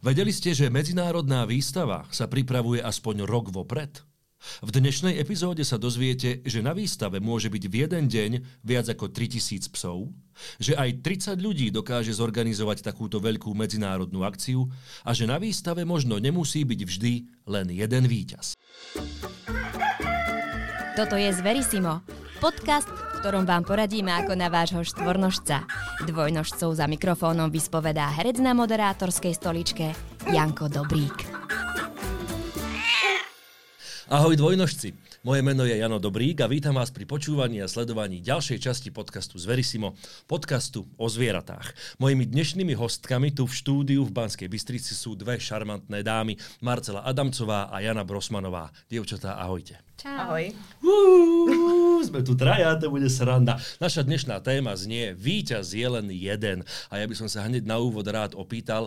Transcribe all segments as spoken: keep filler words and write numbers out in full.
Vedeli ste, že medzinárodná výstava sa pripravuje aspoň rok vopred? V dnešnej epizóde sa dozviete, že na výstave môže byť v jeden deň viac ako tritisíc psov, že aj tridsať ľudí dokáže zorganizovať takúto veľkú medzinárodnú akciu a že na výstave možno nemusí byť vždy len jeden víťaz. Toto je Zverissimo, podcast, v ktorom vám poradíme ako na vášho štvornožca. Dvojnožcov za mikrofónom vyspovedá herec na moderátorskej stoličke Janko Dobrík. Ahoj dvojnožci, moje meno je Jano Dobrík a vítam vás pri počúvaní a sledovaní ďalšej časti podcastu Zverissimo, podcastu o zvieratách. Mojimi dnešnými hostkami tu v štúdiu v Banskej Bystrici sú dve šarmantné dámy, Marcela Adamcová a Jana Brosmanová. Dievčatá, ahojte. Čau. Ahoj. Uú, sme tu traja, to bude sranda. Naša dnešná téma znie Víťaz je len jeden. A ja by som sa hneď na úvod rád opýtal,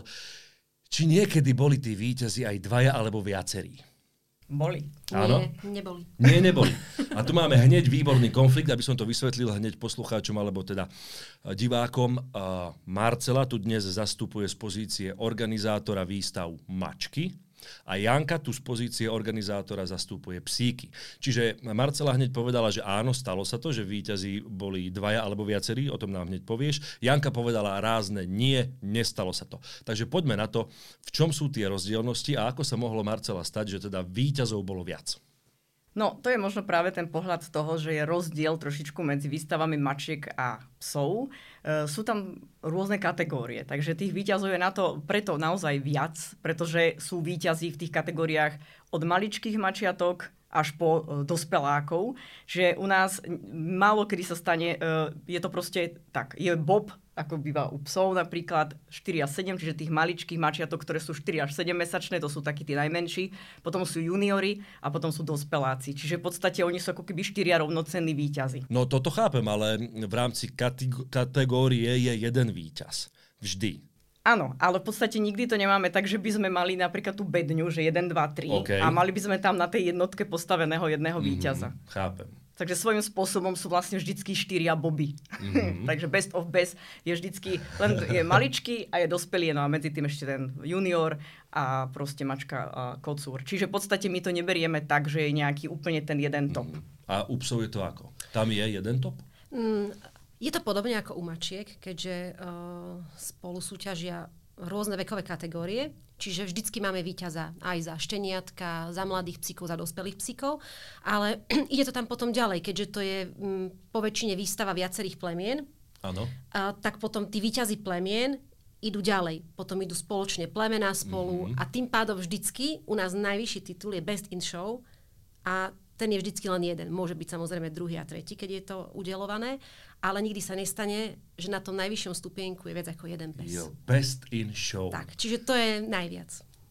či niekedy boli tí víťazi aj dvaja alebo viacerí. Boli. Áno? Nie, neboli. Nie, neboli. A tu máme hneď výborný konflikt, aby som to vysvetlil hneď poslucháčom alebo teda divákom. Marcela tu dnes zastupuje z pozície organizátora výstav Mačky a Janka tu z pozície organizátora zastupuje psíky. Čiže Marcela hneď povedala, že áno, stalo sa to, že víťazi boli dvaja alebo viacerí, o tom nám hneď povieš. Janka povedala rázne, nie, nestalo sa to. Takže poďme na to, v čom sú tie rozdielnosti a ako sa mohlo Marcela stať, že teda víťazov bolo viac. No, to je možno práve ten pohľad z toho, že je rozdiel trošičku medzi výstavami mačiek a psov. E, sú tam rôzne kategórie, takže tých víťazov je na to preto naozaj viac, pretože sú víťazi v tých kategóriách od maličkých mačiatok až po e, dospelákov. Že u nás málo kedy sa stane, e, je to proste tak, je bob, ako býva u psov napríklad, štyri až sedem, čiže tých maličkých mačiatok, ktoré sú štyri až sedem mesačné, to sú takí tí najmenší, potom sú juniori a potom sú dospeláci. Čiže v podstate oni sú ako keby štyria rovnocenní víťazi. No toto chápem, ale v rámci kategó- kategórie je jeden víťaz. Vždy. Áno, ale v podstate nikdy to nemáme tak, že by sme mali napríklad tú bedňu, že jeden, dva, tri Okay. a mali by sme tam na tej jednotke postaveného jedného víťaza. Mm, chápem. Takže svojím spôsobom sú vlastne vždycky štyria boby. Mm-hmm. Takže best of best je vždycky len je maličký a je dospelý, no a medzi tým ešte ten junior a proste mačka a kocúr. Čiže v podstate my to neberieme tak, že je nejaký úplne ten jeden top. Mm. A u psov je to ako? Tam je jeden top? Mm, je to podobne ako u mačiek, keďže uh, spolu súťažia rôzne vekové kategórie, čiže vždycky máme víťaza aj za šteniatka, za mladých psíkov, za dospelých psíkov, ale ide to tam potom ďalej, keďže to je m, po väčšine výstava viacerých plemien, Áno. a, tak potom tí víťazi plemien idú ďalej, potom idú spoločne plemená spolu mm-hmm. a tým pádom vždycky u nás najvyšší titul je Best in Show a ten je vždycky len jeden. Môže byť samozrejme druhý a tretí, keď je to udelované, ale nikdy sa nestane, že na tom najvyššom stupienku je viac ako jeden pes. Jo, Best in Show. Tak, čiže to je najviac.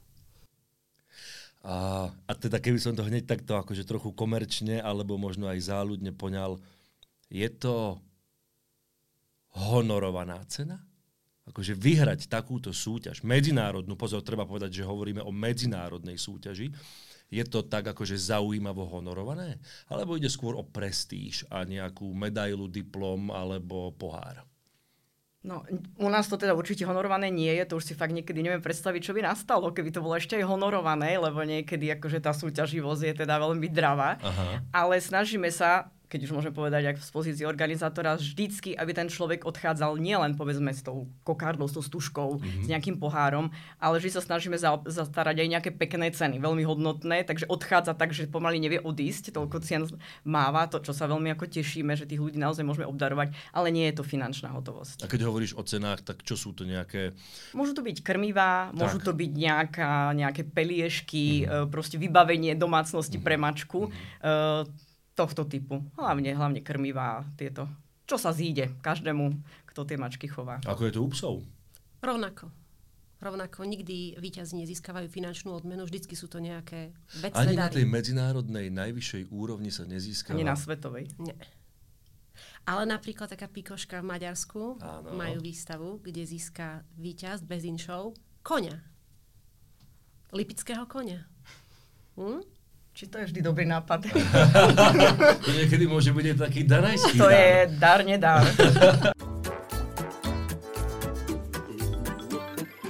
A, a teda keby som to hneď takto akože trochu komerčne alebo možno aj záľudne poňal, je to honorovaná cena? Akože vyhrať takúto súťaž, medzinárodnú, pozor, treba povedať, že hovoríme o medzinárodnej súťaži, je to tak akože zaujímavo honorované? Alebo ide skôr o prestíž a nejakú medailu, diplom alebo pohár? No, u nás to teda určite honorované nie je, to už si fakt niekedy neviem predstaviť, čo by nastalo, keby to bolo ešte aj honorované, lebo niekedy akože tá súťaživosť je teda veľmi dravá. Aha. Ale snažíme sa, keď už môžem povedať, ak z pozície organizátora, vždycky, aby ten človek odchádzal nielen povedzme s tou kokardou, s tou stužkou, mm-hmm. s nejakým pohárom, ale že sa snažíme za, zastarať aj nejaké pekné ceny, veľmi hodnotné, takže odchádza tak, že pomaly nevie odísť, toľko cien máva, to, čo sa veľmi ako tešíme, že tých ľudí naozaj môžeme obdarovať, ale nie je to finančná hotovosť. A keď hovoríš o cenách, tak čo sú to nejaké? Môžu to byť krmivá, tak. Môžu to byť nejaká, nejaké peliešky, mm-hmm. proste vybavenie domácnosti mm-hmm. pre mačku. Mm-hmm. Uh, tohto typu. Hlavne, hlavne krmivá tieto. Čo sa zíde každému, kto tie mačky chová. Ako je to u psov? Rovnako. Rovnako. Nikdy víťazi nezískavajú finančnú odmenu, vždycky sú to nejaké vecné Ani dary. na tej medzinárodnej najvyššej úrovni sa nezískava? Ani na svetovej. Nie. Ale napríklad taká pikoška v Maďarsku Áno. majú výstavu, kde získa víťaz Best in Show koňa. Lipického koňa. Hm? Či to je vždy dobrý nápad? To niekedy môže byť aj taký danajský To dar. je dar, nedar.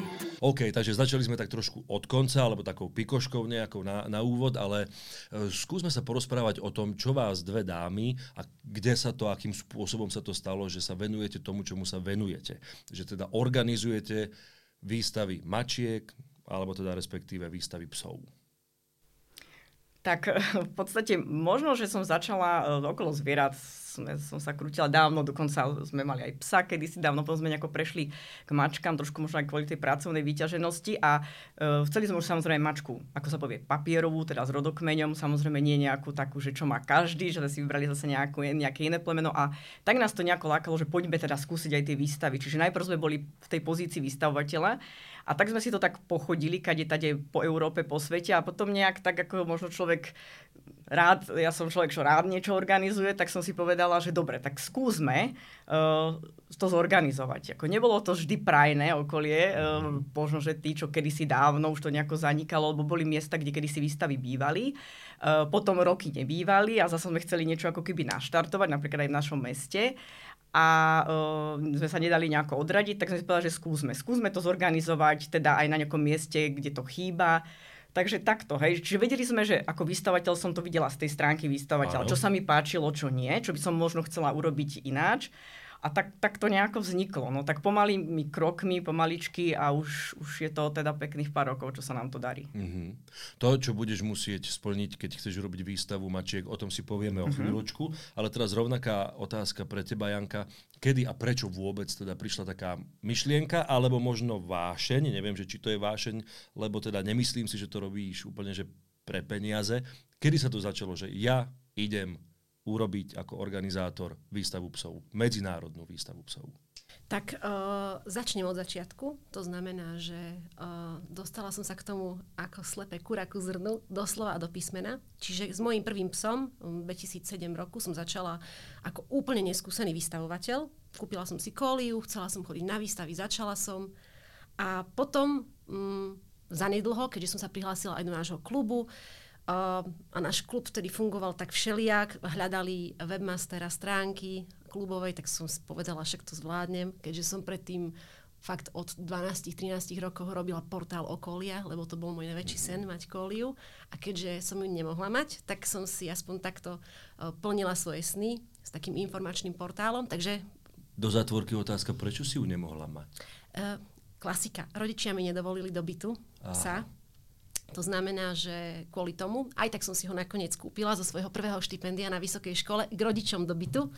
OK, takže začali sme tak trošku od konca, alebo takou pikoškou nejakou na, na úvod, ale uh, skúsme sa porozprávať o tom, čo vás dve dámy a kde sa to, akým spôsobom sa to stalo, že sa venujete tomu, čomu sa venujete. Že teda organizujete výstavy mačiek, alebo teda respektíve výstavy psov. Tak v podstate možno, že som začala okolo zvierat, som, som sa krútila dávno, dokonca sme mali aj psa kedysi dávno, potom sme nejako prešli k mačkám, trošku možno aj kvôli tej pracovnej vyťaženosti a uh, chceli sme už samozrejme mačku, ako sa povie, papierovú, teda s rodokmeňom, samozrejme nie nejakú takú, že čo má každý, že si vybrali zase nejakú, nejaké iné plemeno a tak nás to nejako lákalo, že poďme teda skúsiť aj tie výstavy. Čiže najprv sme boli v tej pozícii vystavovateľa. A tak sme si to tak pochodili, kade tade po Európe, po svete a potom nejak tak, ako možno človek rád, ja som človek, čo rád niečo organizuje, tak som si povedala, že dobre, tak skúsme uh, to zorganizovať. Ako nebolo to vždy prajné okolie, uh, možno, že tí, čo kedysi dávno už to nejako zanikalo, lebo boli miesta, kde kedysi výstavy bývali, uh, potom roky nebývali a zase sme chceli niečo ako keby naštartovať, napríklad aj v našom meste. A uh, sme sa nedali nejako odradiť, tak sme si povedali, že skúsme. Skúsme to zorganizovať, teda aj na nejakom mieste, kde to chýba. Takže takto, hej. Čiže vedeli sme, že ako vystavateľ som to videla z tej stránky vystavateľa. Čo sa mi páčilo, čo nie, čo by som možno chcela urobiť ináč. A tak, tak to nejako vzniklo. No tak pomalými krokmi, pomaličky a už, už je to teda pekných pár rokov, čo sa nám to darí. Mm-hmm. To, čo budeš musieť splniť, keď chceš robiť výstavu mačiek, o tom si povieme o chvíľočku. Mm-hmm. Ale teraz rovnaká otázka pre teba, Janka. Kedy a prečo vôbec teda prišla taká myšlienka, alebo možno vášeň, neviem, že či to je vášeň, lebo teda nemyslím si, že to robíš úplne že pre peniaze. Kedy sa to začalo, že ja idem urobiť ako organizátor výstavu psov, medzinárodnú výstavu psov? Tak uh, začnem od začiatku. To znamená, že uh, dostala som sa k tomu ako slepé kura ku zrnu, doslova a do písmena. Čiže s mojím prvým psom v dvetisícsedem roku som začala ako úplne neskúsený vystavovateľ. Kúpila som si kóliu, chcela som chodiť na výstavy, začala som. A potom um, zanedlho, keďže som sa prihlásila aj do nášho klubu, Uh, a náš klub vtedy fungoval tak všelijak, hľadali webmastera stránky klubovej, tak som si povedala, však to zvládnem, keďže som predtým fakt od dvanásť trinásť rokov robila portál okolia, lebo to bol môj najväčší sen mať kóliu a keďže som ju nemohla mať, tak som si aspoň takto uh, plnila svoje sny s takým informačným portálom, takže... Do zátvorky otázka, prečo si ju nemohla mať? Uh, klasika. Rodičia mi nedovolili do bytu psa. To znamená, že kvôli tomu, aj tak som si ho nakoniec kúpila zo svojho prvého štipendia na vysokej škole k rodičom do bytu.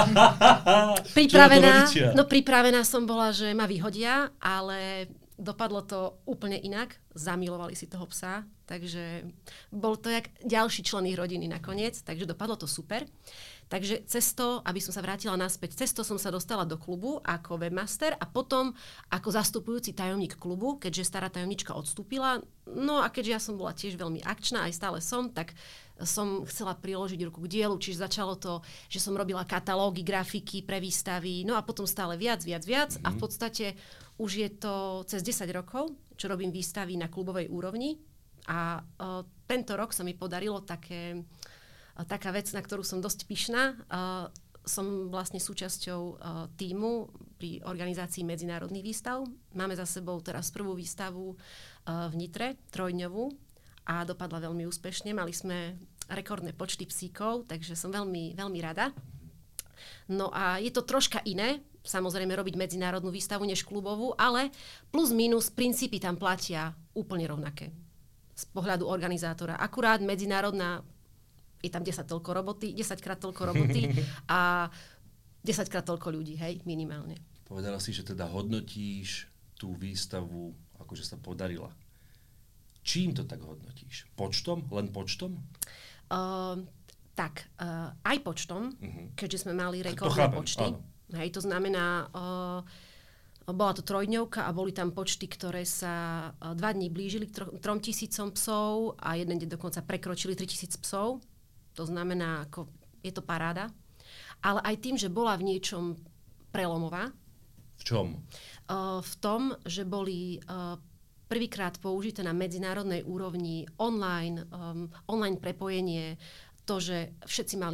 pripravená, no pripravená som bola, že ma vyhodia, ale dopadlo to úplne inak. Zamilovali si toho psa, takže bol to jak ďalší člen ich rodiny nakoniec, takže dopadlo to super. Takže cesto, aby som sa vrátila naspäť, cesto som sa dostala do klubu ako webmaster a potom ako zastupujúci tajomník klubu, keďže stará tajomnička odstúpila. No a keďže ja som bola tiež veľmi akčná, aj stále som, tak som chcela priložiť ruku k dielu, čiže začalo to, že som robila katalógy, grafiky pre výstavy, no a potom stále viac, viac, viac mm-hmm. a v podstate už je to cez desať rokov, čo robím výstavy na klubovej úrovni a uh, tento rok sa mi podarilo také... taká vec, na ktorú som dosť pyšná. Uh, som vlastne súčasťou uh, tímu pri organizácii medzinárodných výstav. Máme za sebou teraz prvú výstavu uh, v Nitre, trojdňovú, a dopadla veľmi úspešne. Mali sme rekordné počty psíkov, takže som veľmi, veľmi rada. No a je to troška iné, samozrejme robiť medzinárodnú výstavu než klubovú, ale plus minus princípy tam platia úplne rovnaké z pohľadu organizátora. Akurát medzinárodná je tam desať toľko roboty, desaťkrát toľko roboty a desaťkrát toľko ľudí, hej, minimálne. Povedala si, že teda hodnotíš tú výstavu, akože sa podarila. Čím to tak hodnotíš? Počtom? Len počtom? Uh, tak, uh, aj počtom, uh-huh. keďže sme mali rekordné chápem, počty. Áno. Hej, to znamená, uh, bola to trojdňovka a boli tam počty, ktoré sa uh, dva dní blížili k tro- trom tisícom psov a jeden deň dokonca prekročili tritisíc psov. To znamená, ako je to paráda. Ale aj tým, že bola v niečom prelomová. V čom? Uh, v tom, že boli uh, prvýkrát použité na medzinárodnej úrovni online, um, online prepojenie, to, že všetci mali v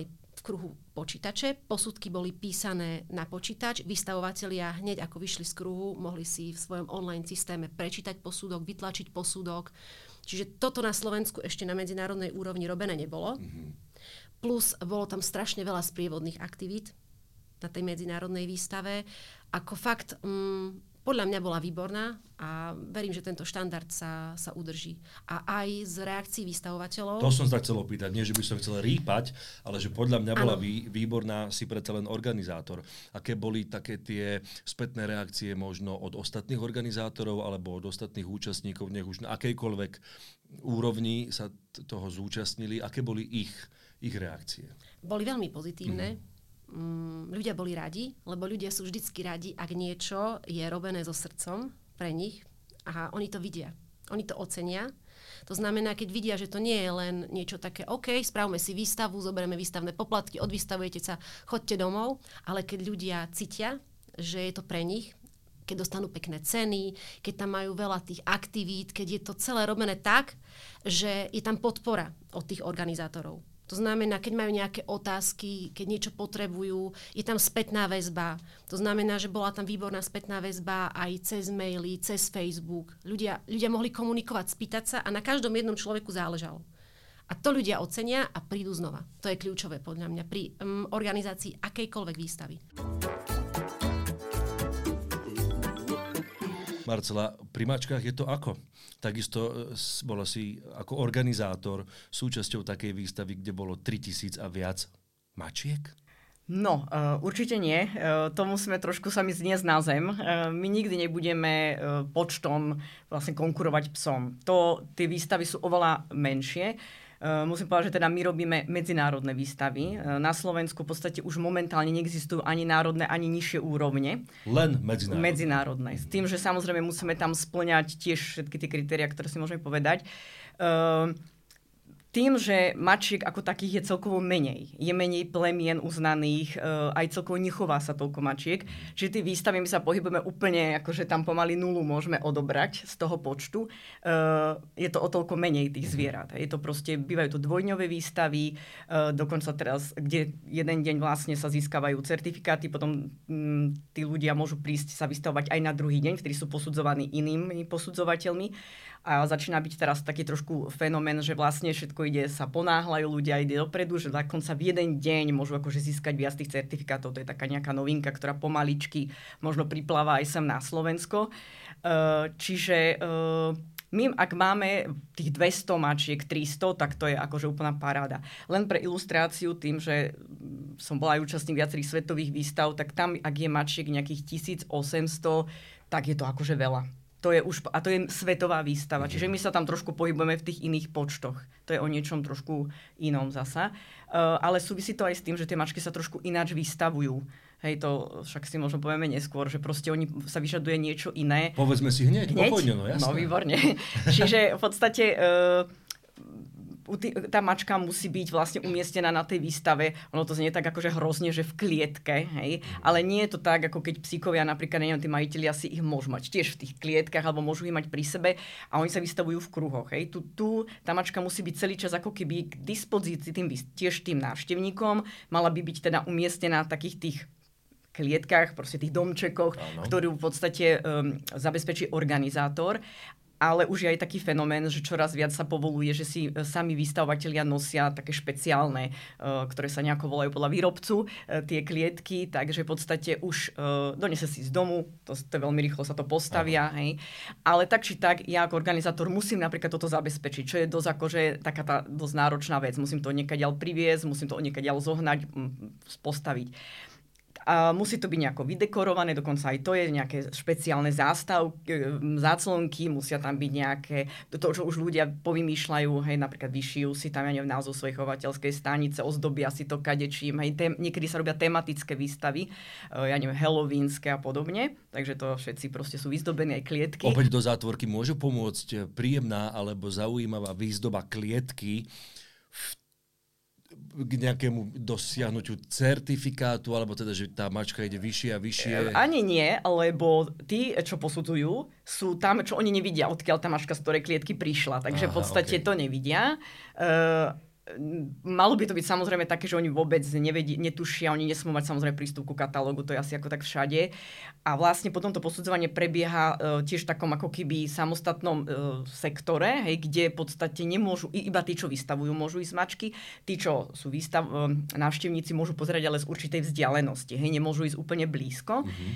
kruhu počítače, posudky boli písané na počítač, vystavovatelia hneď ako vyšli z kruhu, mohli si v svojom online systéme prečítať posudok, vytlačiť posudok. Čiže toto na Slovensku ešte na medzinárodnej úrovni robené nebolo. Mm-hmm. Plus bolo tam strašne veľa sprievodných aktivít na tej medzinárodnej výstave. Ako fakt... Mm, podľa mňa bola výborná a verím, že tento štandard sa, sa udrží. A aj z reakcií výstavovateľov... To som sa chcel opýtať, nie že by som chcel rýpať, ale že podľa mňa bola vý, výborná si predsa len organizátor. Aké boli také tie spätné reakcie možno od ostatných organizátorov alebo od ostatných účastníkov, nech už na akejkoľvek úrovni sa t- toho zúčastnili, aké boli ich, ich reakcie? Boli veľmi pozitívne. Mm-hmm. Mm, ľudia boli radi, lebo ľudia sú vždycky radi, ak niečo je robené so srdcom pre nich a oni to vidia. Oni to ocenia. To znamená, keď vidia, že to nie je len niečo také, OK, spravme si výstavu, zoberieme výstavné poplatky, odvystavujete sa, chodte domov, ale keď ľudia cítia, že je to pre nich, keď dostanú pekné ceny, keď tam majú veľa tých aktivít, keď je to celé robené tak, že je tam podpora od tých organizátorov. To znamená, keď majú nejaké otázky, keď niečo potrebujú, je tam spätná väzba. To znamená, že bola tam výborná spätná väzba aj cez maily, cez Facebook. Ľudia, ľudia mohli komunikovať, spýtať sa a na každom jednom človeku záležalo. A to ľudia ocenia a prídu znova. To je kľúčové podľa mňa pri um, organizácii akejkoľvek výstavy. Marcela, pri mačkách je to ako? Takisto bola si ako organizátor súčasťou takej výstavy, kde bolo tritisíc a viac mačiek? No, uh, určite nie. Uh, to musíme trošku sami zniesť na zem. Uh, my nikdy nebudeme uh, počtom vlastne konkurovať psom. To, tie výstavy sú oveľa menšie. Uh, musím povedať, že teda my robíme medzinárodné výstavy. Uh, na Slovensku v podstate už momentálne neexistujú ani národné, ani nižšie úrovne. Len medzinárodné. Medzinárodné. S tým, že samozrejme musíme tam spĺňať tiež všetky tie kritériá, ktoré si môžeme povedať. Uh, Tým, že mačiek ako takých je celkovo menej. Je menej plemien uznaných, aj celkovo nechová sa toľko mačiek. Čiže tie výstavy my sa pohybujeme úplne, akože tam pomaly nulu môžeme odobrať z toho počtu. Je to o toľko menej tých zvierat. Je to proste, bývajú to dvojňové výstavy, dokonca teraz, kde jeden deň vlastne sa získavajú certifikáty, potom tí ľudia môžu prísť sa vystavovať aj na druhý deň, ktorí sú posudzovaní inými posudzovateľmi. A začína byť teraz taký trošku fenomén, že vlastne všetko ide, sa ponáhľajú ľudia, ide dopredu, že dokonca v jeden deň môžu akože získať viac tých certifikátov. To je taká nejaká novinka, ktorá pomaličky možno pripláva aj sem na Slovensko. Čiže my, ak máme tých dvesto mačiek, tristo, tak to je akože úplná paráda. Len pre ilustráciu tým, že som bola aj účastník viacerých svetových výstav, tak tam, ak je mačiek nejakých tisícosemsto, tak je to akože veľa. To je už, a to je svetová výstava. Čiže my sa tam trošku pohybujeme v tých iných počtoch. To je o niečom trošku inom zasa. Uh, ale súvisí to aj s tým, že tie mačky sa trošku ináč vystavujú. Hej, to však si možno povieme neskôr, že proste oni sa vyžaduje niečo iné. Povedzme si hneď, hneď? Pokojne, no jasné. No výborne. Čiže v podstate... Uh, tá mačka musí byť vlastne umiestnená na tej výstave. Ono to znie tak akože hrozne, že v klietke, hej? Ale nie je to tak, ako keď psíkovia, napríklad, neviem, tí majitelia si ich môžu mať tiež v tých klietkach, alebo môžu ich mať pri sebe a oni sa vystavujú v kruhoch, hej? Tu, tu tá mačka musí byť celý čas ako keby k dispozícii tým, tiež tým návštevníkom. Mala by byť teda umiestnená v takých tých klietkách, proste tých domčekoch, ktorú v podstate um, zabezpečí organizátor. Ale už je aj taký fenomén, že čoraz viac sa povoluje, že si sami výstavovatelia nosia také špeciálne, ktoré sa nejako volajú podľa výrobcu, tie klietky, takže v podstate už donese si z domu, to, to veľmi rýchlo sa to postavia. Hej. Ale tak či tak, ja ako organizátor musím napríklad toto zabezpečiť, čo je dosť akože taká tá dosť náročná vec. Musím to niekadiaľ priviesť, musím to niekadiaľ zohnať, postaviť. A musí to byť nejako vydekorované, dokonca aj to je nejaké špeciálne zástavky, záclonky, musia tam byť nejaké, to, čo už ľudia povymýšľajú, hej, napríklad vyšijú si tam, ja neviem, názov svojej chovateľskej stanice, ozdobia si to kadečím, hej, tém, niekedy sa robia tematické výstavy, ja neviem, halloweenské a podobne, takže to všetci proste sú vyzdobení aj klietky. Opäť do zátvorky môže pomôcť príjemná alebo zaujímavá výzdoba klietky v k nejakému dosiahnutiu certifikátu, alebo teda, že tá mačka ide vyššie a vyššie? Ani nie, lebo tí, čo posudzujú, sú tam, čo oni nevidia, odkiaľ tá mačka z ktorej klietky prišla. Takže Aha, v podstate okay. to nevidia. Uh, malo by to byť samozrejme také, že oni vôbec nevedí, netušia, oni nesmú mať samozrejme prístup ku katalógu, to je asi ako tak všade. A vlastne potom to posudzovanie prebieha uh, tiež v takom ako keby samostatnom uh, sektore, hej, kde v podstate nemôžu, iba tí, čo vystavujú, môžu ísť mačky, tí, čo sú výstav, uh, návštevníci, môžu pozerať ale z určitej vzdialenosti, hej, nemôžu ísť úplne blízko. Mm-hmm.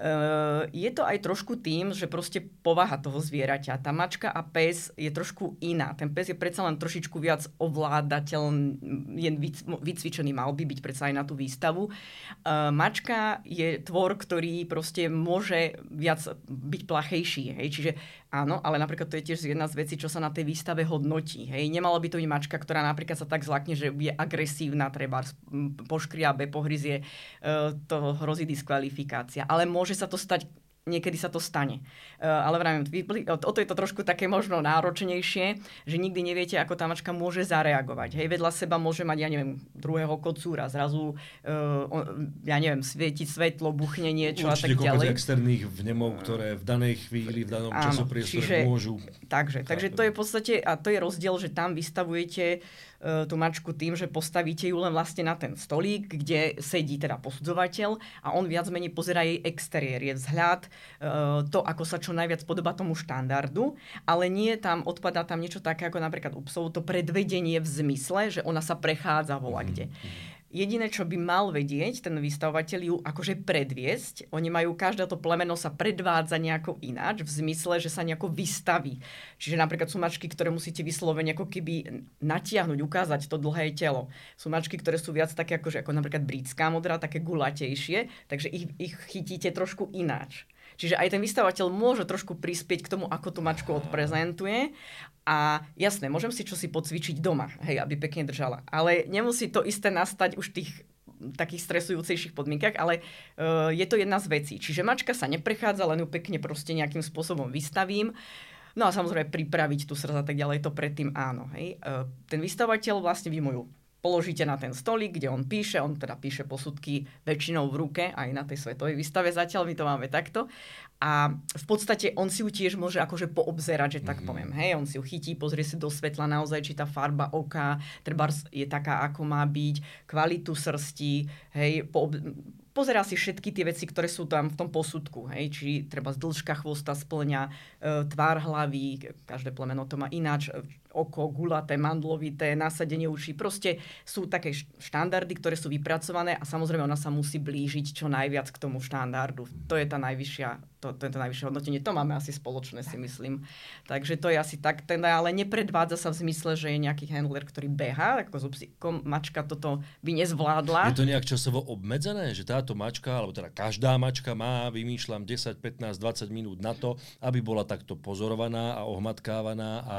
Uh, je to aj trošku tým, že proste povaha toho zvieraťa. Tá mačka a pes je trošku iná. Ten pes je predsa len trošičku viac ovládateľ, je vycvičený, mal by byť predsa aj na tú výstavu. Uh, mačka je tvor, ktorý proste môže viac byť plachejší. Hej? Čiže áno, ale napríklad to je tiež jedna z vecí, čo sa na tej výstave hodnotí. Hej? Nemala by to byť mačka, ktorá napríklad sa tak zlakne, že je agresívna, treba poškriabe, pohryzie, uh, to hrozí diskvalifikácia. Ale môže sa to stať, niekedy sa to stane. Uh, ale vravím, o to je to trošku také možno náročnejšie, že nikdy neviete, ako tá mačka môže zareagovať. Hej, vedľa seba môže mať, ja neviem, druhého kocúra, zrazu, uh, ja neviem, svietiť svetlo, buchne niečo určite a tak ďalej. Určite externých vnemov, ktoré v danej chvíli, v danom časopriestore môžu. Takže, takže to je v podstate, a to je rozdiel, že tam vystavujete tú mačku tým, že postavíte ju len vlastne na ten stolík, kde sedí teda posudzovateľ a on viac menej pozerá jej exteriér, je vzhľad, to, ako sa čo najviac podobá tomu štandardu, ale nie tam, odpadá tam niečo také, ako napríklad u psov, to predvedenie v zmysle, že ona sa prechádza volakde. Mm-hmm. Jediné, čo by mal vedieť ten vystavovateľ ju akože predviesť, oni majú, každé to plemeno sa predvádza nejako ináč, v zmysle, že sa nejako vystaví. Čiže napríklad sú mačky, ktoré musíte vyslovene ako keby natiahnuť, ukázať to dlhé telo. Sú mačky, ktoré sú viac také akože, ako napríklad britská modrá, také gulatejšie, takže ich, ich chytíte trošku ináč. Čiže aj ten vystavovateľ môže trošku prispieť k tomu, ako tú mačku odprezentuje. A jasné, môžem si čosi podcvičiť doma, hej, aby pekne držala. Ale nemusí to isté nastať už v tých takých stresujúcejších podmienkach, ale uh, je to jedna z vecí. Čiže mačka sa neprechádza, len ju pekne proste nejakým spôsobom vystavím. No a samozrejme pripraviť tú srdc a tak ďalej, to predtým áno. Hej. Uh, ten vystavovateľ vlastne vy mu ju položíte na ten stolík, kde on píše, on teda píše posudky väčšinou v ruke, aj na tej svetovej výstave zatiaľ, my to máme takto. A v podstate on si ju tiež môže akože poobzerať, že tak mm-hmm. poviem. Hej, on si ju chytí, pozrie si do svetla naozaj, či tá farba oka trebárs je taká, ako má byť, kvalitu srsti, hej, poob- pozerá si všetky tie veci, ktoré sú tam v tom posudku. Hej? Či treba z dĺžka chvosta splňa, e, tvár hlavy, každé plemeno to má ináč, oko, gulaté, mandlovité, nasadenie uší. Proste sú také štandardy, ktoré sú vypracované a samozrejme ona sa musí blížiť čo najviac k tomu štandardu. To je tá najvyššia, to, to je to najvyššie hodnotenie. To máme asi spoločné, si myslím. Takže to je asi tak, teda, ale nepredvádza sa v zmysle, že je nejaký handler, ktorý behá, ako so psíkom, mačka toto by nezvládla. Je to nejak časovo obmedzené, že táto mačka, alebo teda každá mačka má, vymýšľam, desať, pätnásť, dvadsať minút na to, aby bola takto pozorovaná a ohmatkávaná a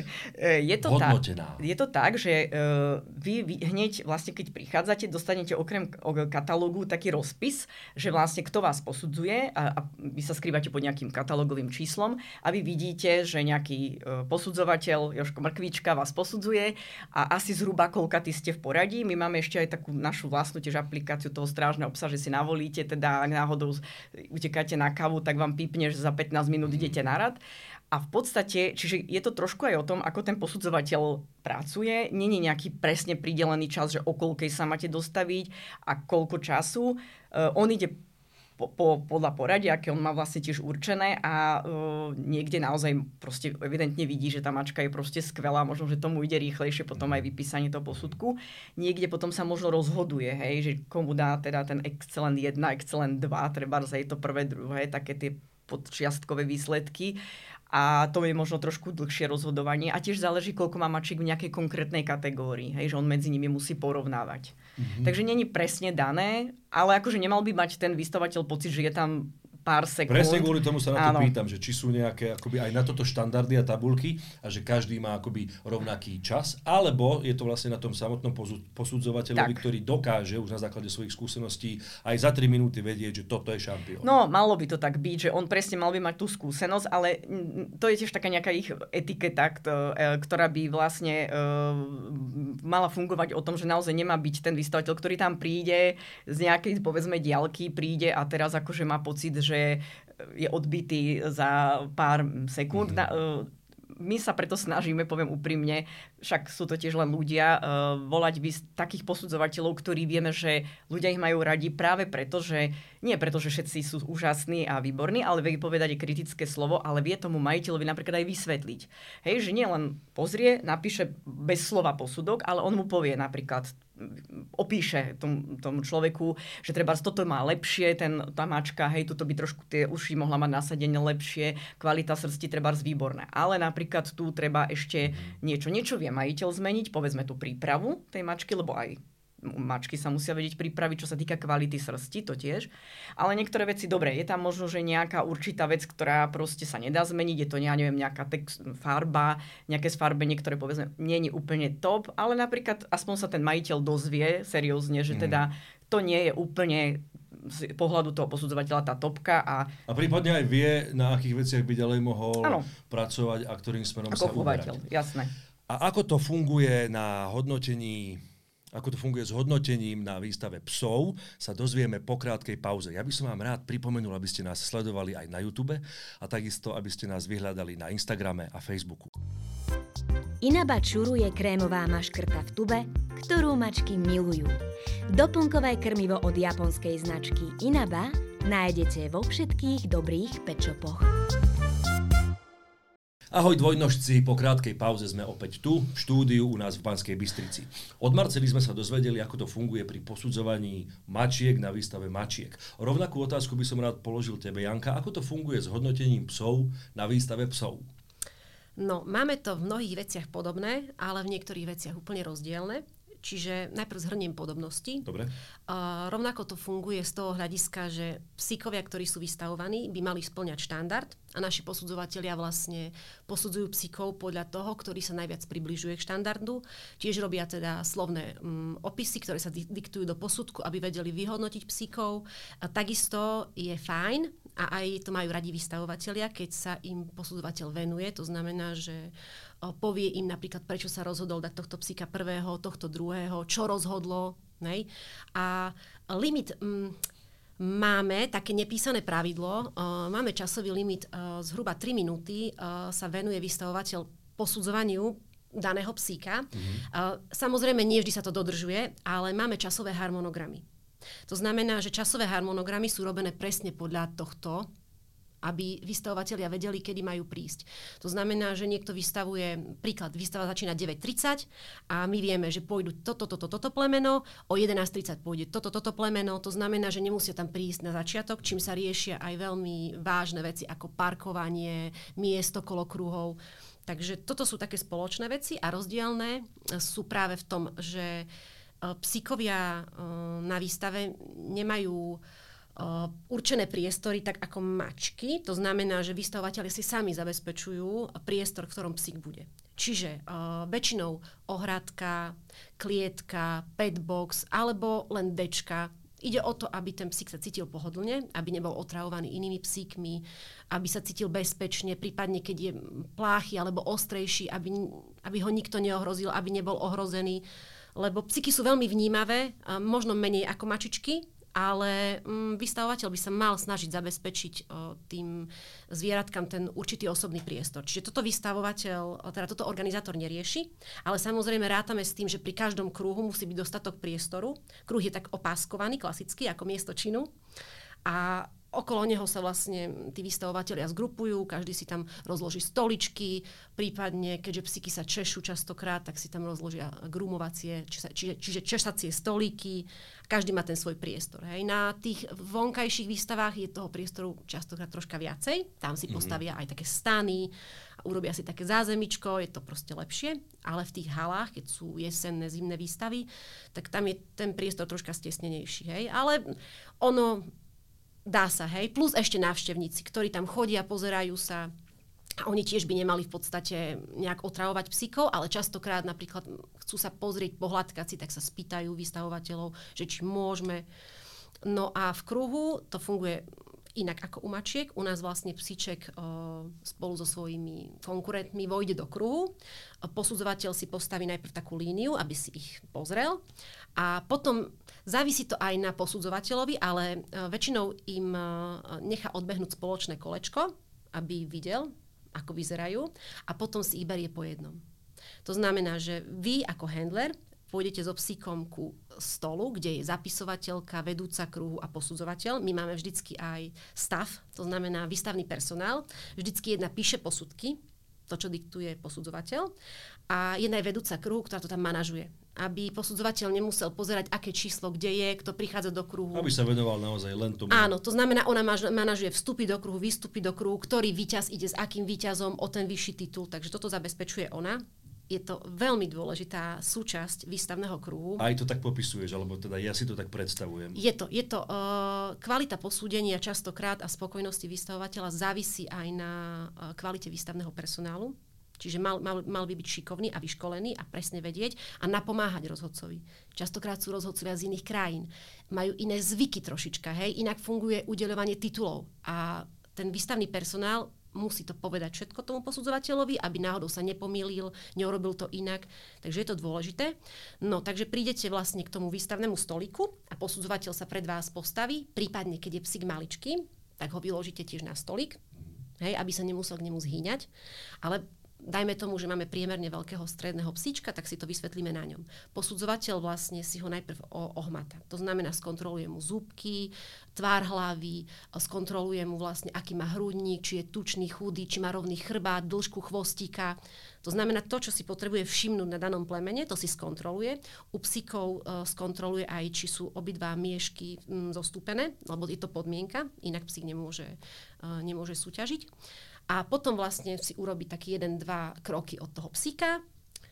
je to hodnotená. Tak, je to tak, že uh, vy, vy hneď vlastne, keď prichádzate, dostanete okrem katalógu taký rozpis, že vlastne kto vás posudzuje a, a vy sa skrývate pod nejakým katalógovým číslom a vy vidíte, že nejaký uh, posudzovateľ, Jožko Mrkvička, vás posudzuje a asi zhruba koľkatý ste v poradí. My máme ešte aj takú našu vlastnú tiež aplikáciu toho strážneho psa, že si navolíte, teda ak náhodou utekáte na kávu, tak vám pípne, že za pätnásť minút idete na rad. A v podstate, čiže je to trošku aj o tom, ako ten posudzovateľ pracuje. Nie je nejaký presne pridelený čas, že o koľkej sa máte dostaviť a koľko času. Uh, on ide po, po, podľa poradia, aké on má vlastne tiež určené a uh, niekde naozaj proste evidentne vidí, že tá mačka je proste skvelá, možno, že tomu ide rýchlejšie potom aj vypísanie toho posudku. Niekde potom sa možno rozhoduje, hej, že komu dá teda ten Excellent jeden, Excellent dva, treba je to prvé, druhé, také tie podčiastkové výsledky. A to je možno trošku dlhšie rozhodovanie. A tiež záleží, koľko má mačiek v nejakej konkrétnej kategórii. Hej, že on medzi nimi musí porovnávať. Mm-hmm. Takže nie je presne dané, ale akože nemal by mať ten vystavateľ pocit, že je tam pár sekúnd. Presne kvôli tomu sa na to Áno. pýtam, že či sú nejaké akoby aj na toto štandardy a tabulky a že každý má akoby rovnaký čas, alebo je to vlastne na tom samotnom posudzovateľovi, tak. ktorý dokáže už na základe svojich skúseností aj za tri minúty vedieť, že toto je šampión. No, malo by to tak byť, že on presne mal by mať tú skúsenosť, ale to je tiež taká nejaká ich etiketa, ktorá by vlastne mala fungovať o tom, že naozaj nemá byť ten vystavateľ, ktorý tam príde z nejakej, povedzme, diaľky, príde a teraz akože má pocit, že že je odbitý za pár sekúnd. Mm-hmm. my sa preto snažíme, poviem úprimne, však sú to tiež len ľudia, uh, volať by takých posudzovateľov, ktorí vieme, že ľudia ich majú radi práve preto, že nie preto, že všetci sú úžasní a výborní, ale vie povedať aj kritické slovo, ale vie tomu majiteľovi napríklad aj vysvetliť. Hej, že nie len pozrie, napíše bez slova posudok, ale on mu povie napríklad, opíše tomu, tomu človeku, že treba toto má lepšie, ten, tá mačka, hej, tuto by trošku tie uši mohla mať nasadenie lepšie, kvalita srsti treba výborné. Ale napríklad tu treba ešte niečo, niečo vie majiteľ zmeniť, povedzme tú prípravu tej mačky, lebo aj mačky sa musia vedieť pripraviť, čo sa týka kvality srsti, to tiež. Ale niektoré veci, dobre, je tam možno, že nejaká určitá vec, ktorá proste sa nedá zmeniť, je to, ja neviem, nejaká text, farba, nejaké sfarbenie, ktoré povedzme nie je úplne top, ale napríklad aspoň sa ten majiteľ dozvie seriózne, že teda to nie je úplne z pohľadu toho posudzovateľa tá topka. A, a prípadne aj vie, na akých veciach by ďalej mohol ano. pracovať a ktorým smerom sa uberať. Jasné. A ako to funguje na hodnotení Ako to funguje s hodnotením na výstave psov, sa dozvieme po krátkej pauze. Ja by som vám rád pripomenul, aby ste nás sledovali aj na YouTube a takisto, aby ste nás vyhľadali na Instagrame a Facebooku. Inaba Churu je krémová maškrta v tube, ktorú mačky milujú. Doplnkové krmivo od japonskej značky Inaba nájdete vo všetkých dobrých pet shopoch. Ahoj dvojnožci, po krátkej pauze sme opäť tu, v štúdiu u nás v Banskej Bystrici. Od Marcely sme sa dozvedeli, ako to funguje pri posudzovaní mačiek na výstave mačiek. Rovnakú otázku by som rád položil tebe, Janka. Ako to funguje s hodnotením psov na výstave psov? No, máme to v mnohých veciach podobné, ale v niektorých veciach úplne rozdielne. Čiže najprv zhrniem podobnosti. Dobre. Uh, rovnako to funguje z toho hľadiska, že psíkovia, ktorí sú vystavovaní, by mali spĺňať štandard a naši posudzovatelia vlastne posudzujú psíkov podľa toho, ktorý sa najviac približuje k štandardu. Tiež robia teda slovné um, opisy, ktoré sa di- diktujú do posudku, aby vedeli vyhodnotiť psíkov. A takisto je fajn, a aj to majú radi vystavovatelia, keď sa im posudzovateľ venuje. To znamená, že povie im napríklad, prečo sa rozhodol dať tohto psíka prvého, tohto druhého, čo rozhodlo. Nej? A limit mm, máme, také nepísané pravidlo, uh, máme časový limit, uh, zhruba tri minúty uh, sa venuje vystavovateľ posudzovaniu daného psíka. Mm-hmm. Uh, samozrejme, nie vždy sa to dodržuje, ale máme časové harmonogramy. To znamená, že časové harmonogramy sú robené presne podľa tohto, aby vystavovatelia vedeli, kedy majú prísť. To znamená, že niekto vystavuje, príklad, výstava začína deväť tridsať a my vieme, že pôjdu toto, toto, toto plemeno, o jedenásť tridsať pôjde toto, toto plemeno, to znamená, že nemusia tam prísť na začiatok, čím sa riešia aj veľmi vážne veci ako parkovanie, miesto kolo kruhov. Takže toto sú také spoločné veci a rozdielne sú práve v tom, že psíkovia na výstave nemajú Uh, určené priestory tak ako mačky. To znamená, že vystavovatelia si sami zabezpečujú priestor, v ktorom psík bude. Čiže uh, väčšinou ohradka, klietka, pet box alebo len dečka. Ide o to, aby ten psík sa cítil pohodlne, aby nebol otravovaný inými psíkmi, aby sa cítil bezpečne, prípadne keď je pláchy alebo ostrejší, aby, aby ho nikto neohrozil, aby nebol ohrozený. Lebo psíky sú veľmi vnímavé, možno menej ako mačičky, ale mm, vystavovateľ by sa mal snažiť zabezpečiť o, tým zvieratkám ten určitý osobný priestor. Čiže toto vystavovateľ, teda toto organizátor nerieši, ale samozrejme rátame s tým, že pri každom kruhu musí byť dostatok priestoru. Kruh je tak opáskovaný, klasicky, ako miesto činu. A okolo neho sa vlastne tí vystavovatelia zgrupujú, každý si tam rozloží stoličky, prípadne, keďže psíky sa češú častokrát, tak si tam rozložia groomovacie, čiže, čiže češacie stolíky. Každý má ten svoj priestor. Hej. Na tých vonkajších výstavách je toho priestoru častokrát troška viacej. Tam si postavia aj také stany, urobia si také zázemičko, je to proste lepšie. Ale v tých halách, keď sú jesenné, zimné výstavy, tak tam je ten priestor troška stesnenejší. Hej. Ale ono dá sa, hej. Plus ešte návštevníci, ktorí tam chodia, pozerajú sa. A oni tiež by nemali v podstate nejak otravovať psíkov, ale častokrát napríklad chcú sa pozrieť, pohľadkať si, tak sa spýtajú vystavovateľov, že či môžeme. No a v kruhu to funguje inak ako u mačiek. U nás vlastne psíček o, spolu so svojimi konkurentmi vojde do kruhu. Posudzovateľ si postaví najprv takú líniu, aby si ich pozrel. A potom závisí to aj na posudzovateľovi, ale o, väčšinou im o, nechá odbehnúť spoločné kolečko, aby videl, ako vyzerajú, a potom si ich berie po jednom. To znamená, že vy ako handler pôjdete so psíkom ku stolu, kde je zapisovateľka, vedúca kruhu a posudzovateľ. My máme vždycky aj staff, to znamená výstavný personál. Vždycky jedna píše posudky, to, čo diktuje posudzovateľ, a jedna je vedúca kruhu, ktorá to tam manažuje. Aby posudzovateľ nemusel pozerať, aké číslo kde je, kto prichádza do kruhu. Aby sa venoval naozaj len tomu. Áno, to znamená, ona manažuje vstupy do kruhu, výstupy do kruhu, ktorý víťaz ide s akým víťazom o ten vyšší titul, takže toto zabezpečuje ona. Je to veľmi dôležitá súčasť výstavného kruhu. Aj to tak popisuješ, alebo teda ja si to tak predstavujem. Je to. Je to uh, kvalita posúdenia častokrát a spokojnosti vystavovateľa závisí aj na uh, kvalite výstavného personálu. Čiže mal, mal, mal by byť šikovný a vyškolený a presne vedieť a napomáhať rozhodcovi. Častokrát sú rozhodcovia z iných krajín. Majú iné zvyky trošička, hej? Inak funguje udeľovanie titulov. A ten výstavný personál musí to povedať všetko tomu posudzovateľovi, aby náhodou sa nepomýlil, neurobil to inak. Takže je to dôležité. No, takže prídete vlastne k tomu výstavnému stoliku a posudzovateľ sa pred vás postaví, prípadne keď je psík maličký, tak ho vyložíte tiež na stolik, hej, aby sa nemusel k nemu zhýňať. Ale dajme tomu, že máme priemerne veľkého stredného psíčka, tak si to vysvetlíme na ňom. Posudzovateľ vlastne si ho najprv ohmata. To znamená, skontroluje mu zúbky, tvár hlavy, skontroluje mu vlastne, aký má hrudník, či je tučný, chudý, či má rovný chrbát, dĺžku chvostíka. To znamená, to, čo si potrebuje všimnúť na danom plemene, to si skontroluje. U psíkov uh, skontroluje aj, či sú obidva miešky um, zostúpené, lebo je to podmienka, inak psík nemôže, uh, nemôže súťažiť. A potom vlastne si urobí taký jeden, dva kroky od toho psíka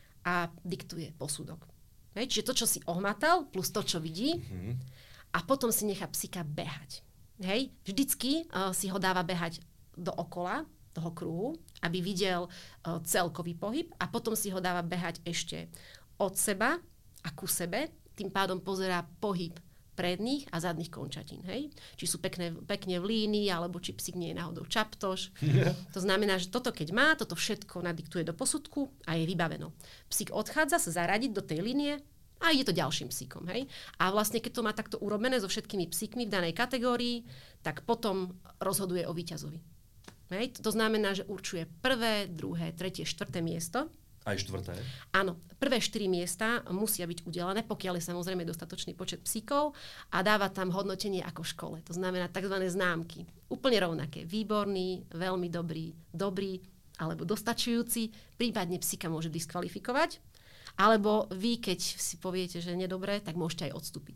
a diktuje posudok. Hej? Čiže to, čo si ohmatal, plus to, čo vidí, mm-hmm. a potom si nechá psíka behať. Hej? Vždycky uh, si ho dáva behať dookola toho kruhu, aby videl uh, celkový pohyb, a potom si ho dáva behať ešte od seba a ku sebe. Tým pádom pozerá pohyb predných a zadných končatín. Hej? Či sú pekne, pekne v línii, alebo či psík nie je náhodou čaptoš. To znamená, že toto keď má, toto všetko nadiktuje do posudku a je vybaveno. Psík odchádza sa zaradiť do tej línie a ide to ďalším psíkom. Hej? A vlastne keď to má takto urobené so všetkými psíkmi v danej kategórii, tak potom rozhoduje o víťazovi. Hej? To znamená, že určuje prvé, druhé, tretie, štvrté miesto. Aj štvrté? Áno. Prvé štyri miesta musia byť udelené, pokiaľ je samozrejme dostatočný počet psíkov, a dáva tam hodnotenie ako v škole. To znamená tzv. Známky. Úplne rovnaké. Výborný, veľmi dobrý, dobrý alebo dostačujúci. Prípadne psíka môže diskvalifikovať. Alebo vy, keď si poviete, že nedobré, tak môžete aj odstúpiť.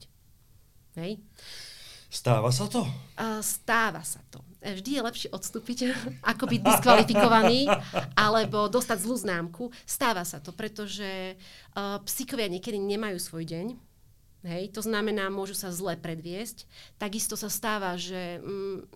Hej? Stáva sa to? Uh, stáva sa to. Vždy je lepšie odstúpiť, ako byť diskvalifikovaný, alebo dostať zlú známku. Stáva sa to, pretože uh, psíkovia niekedy nemajú svoj deň. Hej? To znamená, môžu sa zle predviesť. Takisto sa stáva, že mm,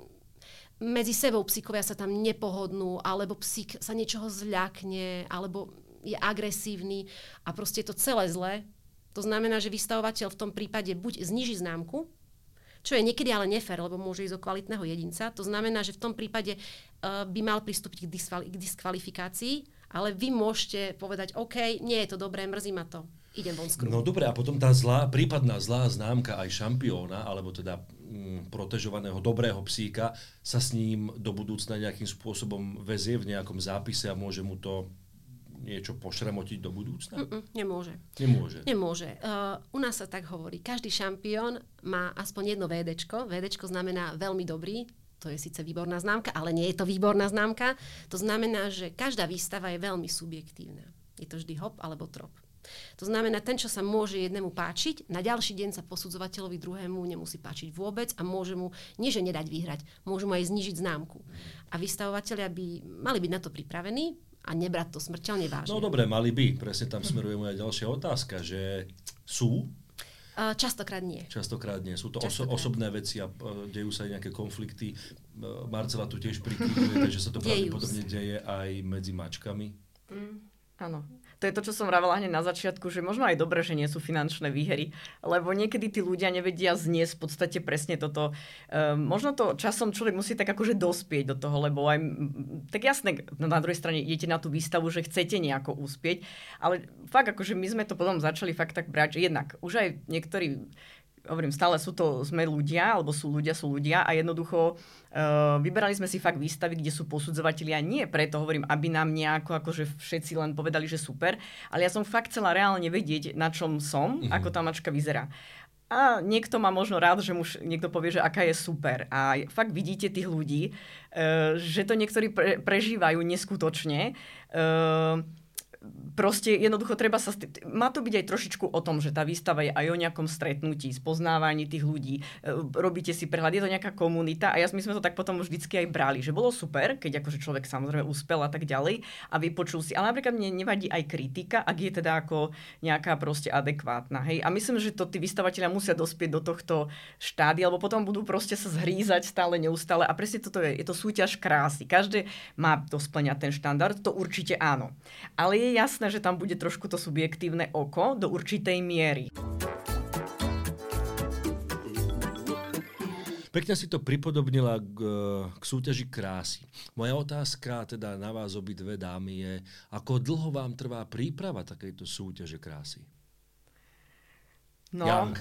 medzi sebou psíkovia sa tam nepohodnú, alebo psík sa niečoho zľakne, alebo je agresívny a proste je to celé zlé. To znamená, že vystavovateľ v tom prípade buď zníži známku, čo je niekedy ale nefér, lebo môže ísť o kvalitného jedinca. To znamená, že v tom prípade uh, by mal pristúpiť k, diskval- k diskvalifikácii, ale vy môžete povedať, OK, nie je to dobré, mrzí ma to, idem von z kruhu. No dobre, a potom tá zlá, prípadná zlá známka aj šampióna, alebo teda mm, protežovaného dobrého psíka, sa s ním do budúcna nejakým spôsobom väzie v nejakom zápise a môže mu to niečo pošramotiť do budúcna? Mm-mm, nemôže. Nemôže. Nemôže. Uh, u nás sa tak hovorí. Každý šampión má aspoň jedno védečko. Védečko znamená veľmi dobrý. To je síce výborná známka, ale nie je to výborná známka. To znamená, že každá výstava je veľmi subjektívna. Je to vždy hop alebo trop. To znamená, ten, čo sa môže jednému páčiť, na ďalší deň sa posudzovateľovi druhému nemusí páčiť vôbec a môže mu, nie že nedať vyhrať, môžu mu aj znížiť známku. A vystavovatelia by mali byť na to pripravení a nebrať to smrteľne vážne. No dobre, mali by. Presne tam smeruje moja ďalšia otázka, že sú? Uh, častokrát nie. Častokrát nie. Sú to oso- osobné veci a uh, dejú sa aj nejaké konflikty. Uh, Marcela tu tiež prikyvuje, že sa to pravdepodobne deje aj medzi mačkami. Mm, áno. To je to, čo som vravela hneď na začiatku, že možno aj dobre, že nie sú finančné výhry, lebo niekedy tí ľudia nevedia zniesť v podstate presne toto. Um, možno to časom človek musí tak akože dospieť do toho, lebo aj, tak jasné, na druhej strane idete na tú výstavu, že chcete nejako uspieť, ale fakt akože my sme to potom začali fakt tak brať, že jednak už aj niektorí hovorím, stále sú to, sme ľudia, alebo sú ľudia, sú ľudia a jednoducho uh, vyberali sme si fakt výstavy, kde sú posudzovatelia, nie preto, hovorím, aby nám nejako akože všetci len povedali, že super, ale ja som fakt chcela reálne vedieť, na čom som, mm-hmm. ako tá mačka vyzerá. A niekto má možno rád, že mu niekto povie, že aká je super. A fakt vidíte tých ľudí, uh, že to niektorí pre, prežívajú neskutočne. Uh, Proste jednoducho treba sa... St- má to byť aj trošičku o tom, že tá výstava je aj o nejakom stretnutí, spoznávaní tých ľudí. E, robíte si prehľad, je to nejaká komunita a ja, my sme to tak potom vždycky aj brali, že bolo super, keď akože človek samozrejme uspel a tak ďalej a vypočul si. Ale napríklad mne nevadí aj kritika, ak je teda ako nejaká proste adekvátna. Hej? A myslím, že to tí vystavatelia musia dospieť do tohto štádia, lebo potom budú proste sa zhrízať stále, neustále. A presne toto je, je to súťaž krásy. Každý má to spĺňať ten štandard, to určite áno. Ale je jasné, že tam bude trošku to subjektívne oko do určitej miery. Pekne si to pripodobnila k, k súťaži krásy. Moja otázka teda na vás obidve dámy je, ako dlho vám trvá príprava takejto súťaže krásy? No. Janka.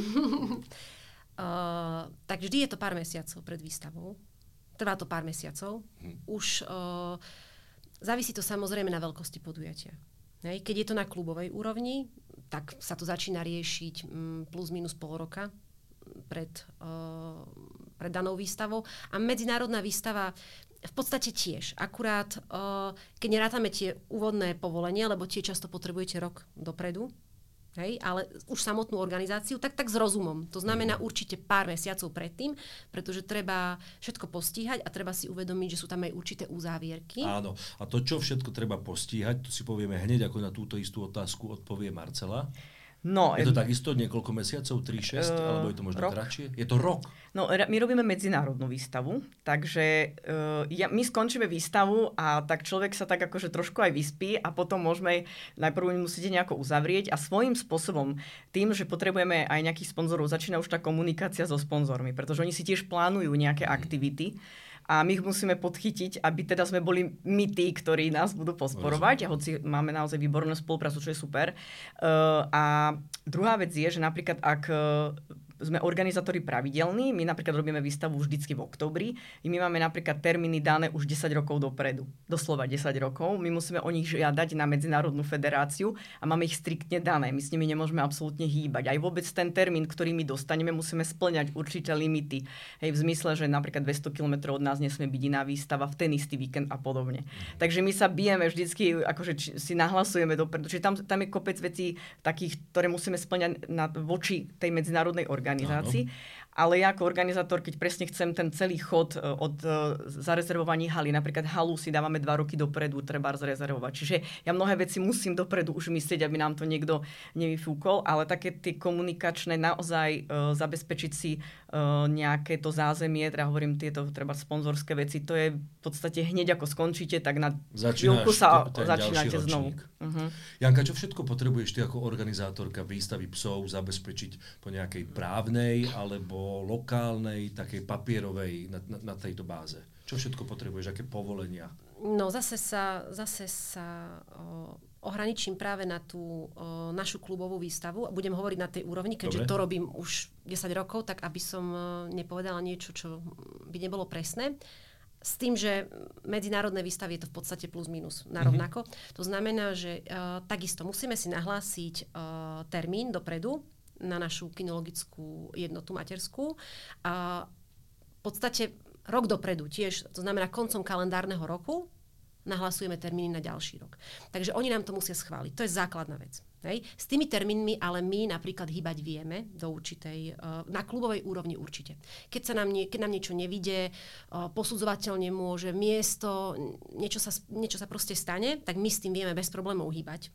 uh, tak vždy je to pár mesiacov pred výstavou. Trvá to pár mesiacov. Hm. Už... Uh, Závisí to samozrejme na veľkosti podujatia. Hej. Keď je to na klubovej úrovni, tak sa to začína riešiť mm, plus minus pol roka pred, uh, pred danou výstavou. A medzinárodná výstava v podstate tiež. Akurát, uh, keď nerátame tie úvodné povolenia, lebo tie často potrebujete rok dopredu, hej, ale už samotnú organizáciu, tak tak s rozumom. To znamená určite pár mesiacov predtým, pretože treba všetko postíhať a treba si uvedomiť, že sú tam aj určité uzávierky. Áno. A to, čo všetko treba postíhať, to si povieme hneď, ako na túto istú otázku odpovie Marcela. No, je to takisto niekoľko mesiacov, tri šesť, uh, alebo je to možno rok. kratšie? Je to rok? No, my robíme medzinárodnú výstavu, takže uh, ja, my skončíme výstavu a tak človek sa tak akože trošku aj vyspí a potom môžeme najprv musíte nejako uzavrieť a svojím spôsobom, tým, že potrebujeme aj nejakých sponzorov, začína už tá komunikácia so sponzormi, pretože oni si tiež plánujú nejaké aktivity. A my ich musíme podchytiť, aby teda sme boli my tí, ktorí nás budú podporovať. A hoci máme naozaj výbornú spoluprácu, čo je super. Uh, a druhá vec je, že napríklad ak uh, sme organizátori pravidelní, my napríklad robíme výstavu vždycky v októbri, my máme napríklad termíny dané už desať rokov dopredu. Doslova desať rokov. My musíme o nich žiadať na Medzinárodnú federáciu a máme ich striktne dané. My s nimi nemôžeme absolútne hýbať. Aj vôbec ten termín, ktorý my dostaneme, musíme spĺňať určité limity. Hej, v zmysle, že napríklad dvesto kilometrov od nás nesmie byť iná výstava v ten istý víkend a podobne. Takže my sa bijeme vždycky, akože si nahlasujeme dopredu. Čiže tam, tam je kopec vecí takých, ktoré musíme spĺňať na, voči tej medzinárodnej organizácii. organizácii. Áno. Ale ja ako organizátor, keď presne chcem ten celý chod od uh, zarezervovaní haly, napríklad halu si dávame dva roky dopredu, treba zarezervovať. Čiže ja mnohé veci musím dopredu už myslieť, aby nám to niekto nevyfúkol, ale také tie komunikačné naozaj uh, zabezpečiť si uh, nejaké to zázemie, teda hovorím tieto treba sponzorské veci, to je v podstate hneď ako skončíte, tak na chvíľku sa ten začínate znovu. Uh-huh. Janka, čo všetko potrebuješ ty ako organizátorka výstavy psov zabezpečiť po nejakej právnej alebo lokálnej, takej papierovej na, na, na tejto báze? Čo všetko potrebuješ? Aké povolenia? No zase sa, zase sa o, ohraničím práve na tú o, našu klubovú výstavu a budem hovoriť na tej úrovni, keďže Dobre. to robím už desať rokov, tak aby som o, nepovedala niečo, čo by nebolo presné. S tým, že medzinárodné výstavy je to v podstate plus minus narovnako. Mm-hmm. To znamená, že o, takisto musíme si nahlásiť o, termín dopredu na našu kinologickú jednotu materskú. A v podstate rok dopredu tiež, to znamená koncom kalendárneho roku, nahlasujeme termíny na ďalší rok. Takže oni nám to musia schváliť. To je základná vec. Hej. S tými termínmi ale my napríklad hýbať vieme do určitej, na klubovej úrovni určite. Keď, sa nám, nie, keď nám niečo nevidie, posudzovateľ nemôže, miesto, niečo sa, niečo sa proste stane, tak my s tým vieme bez problémov hýbať.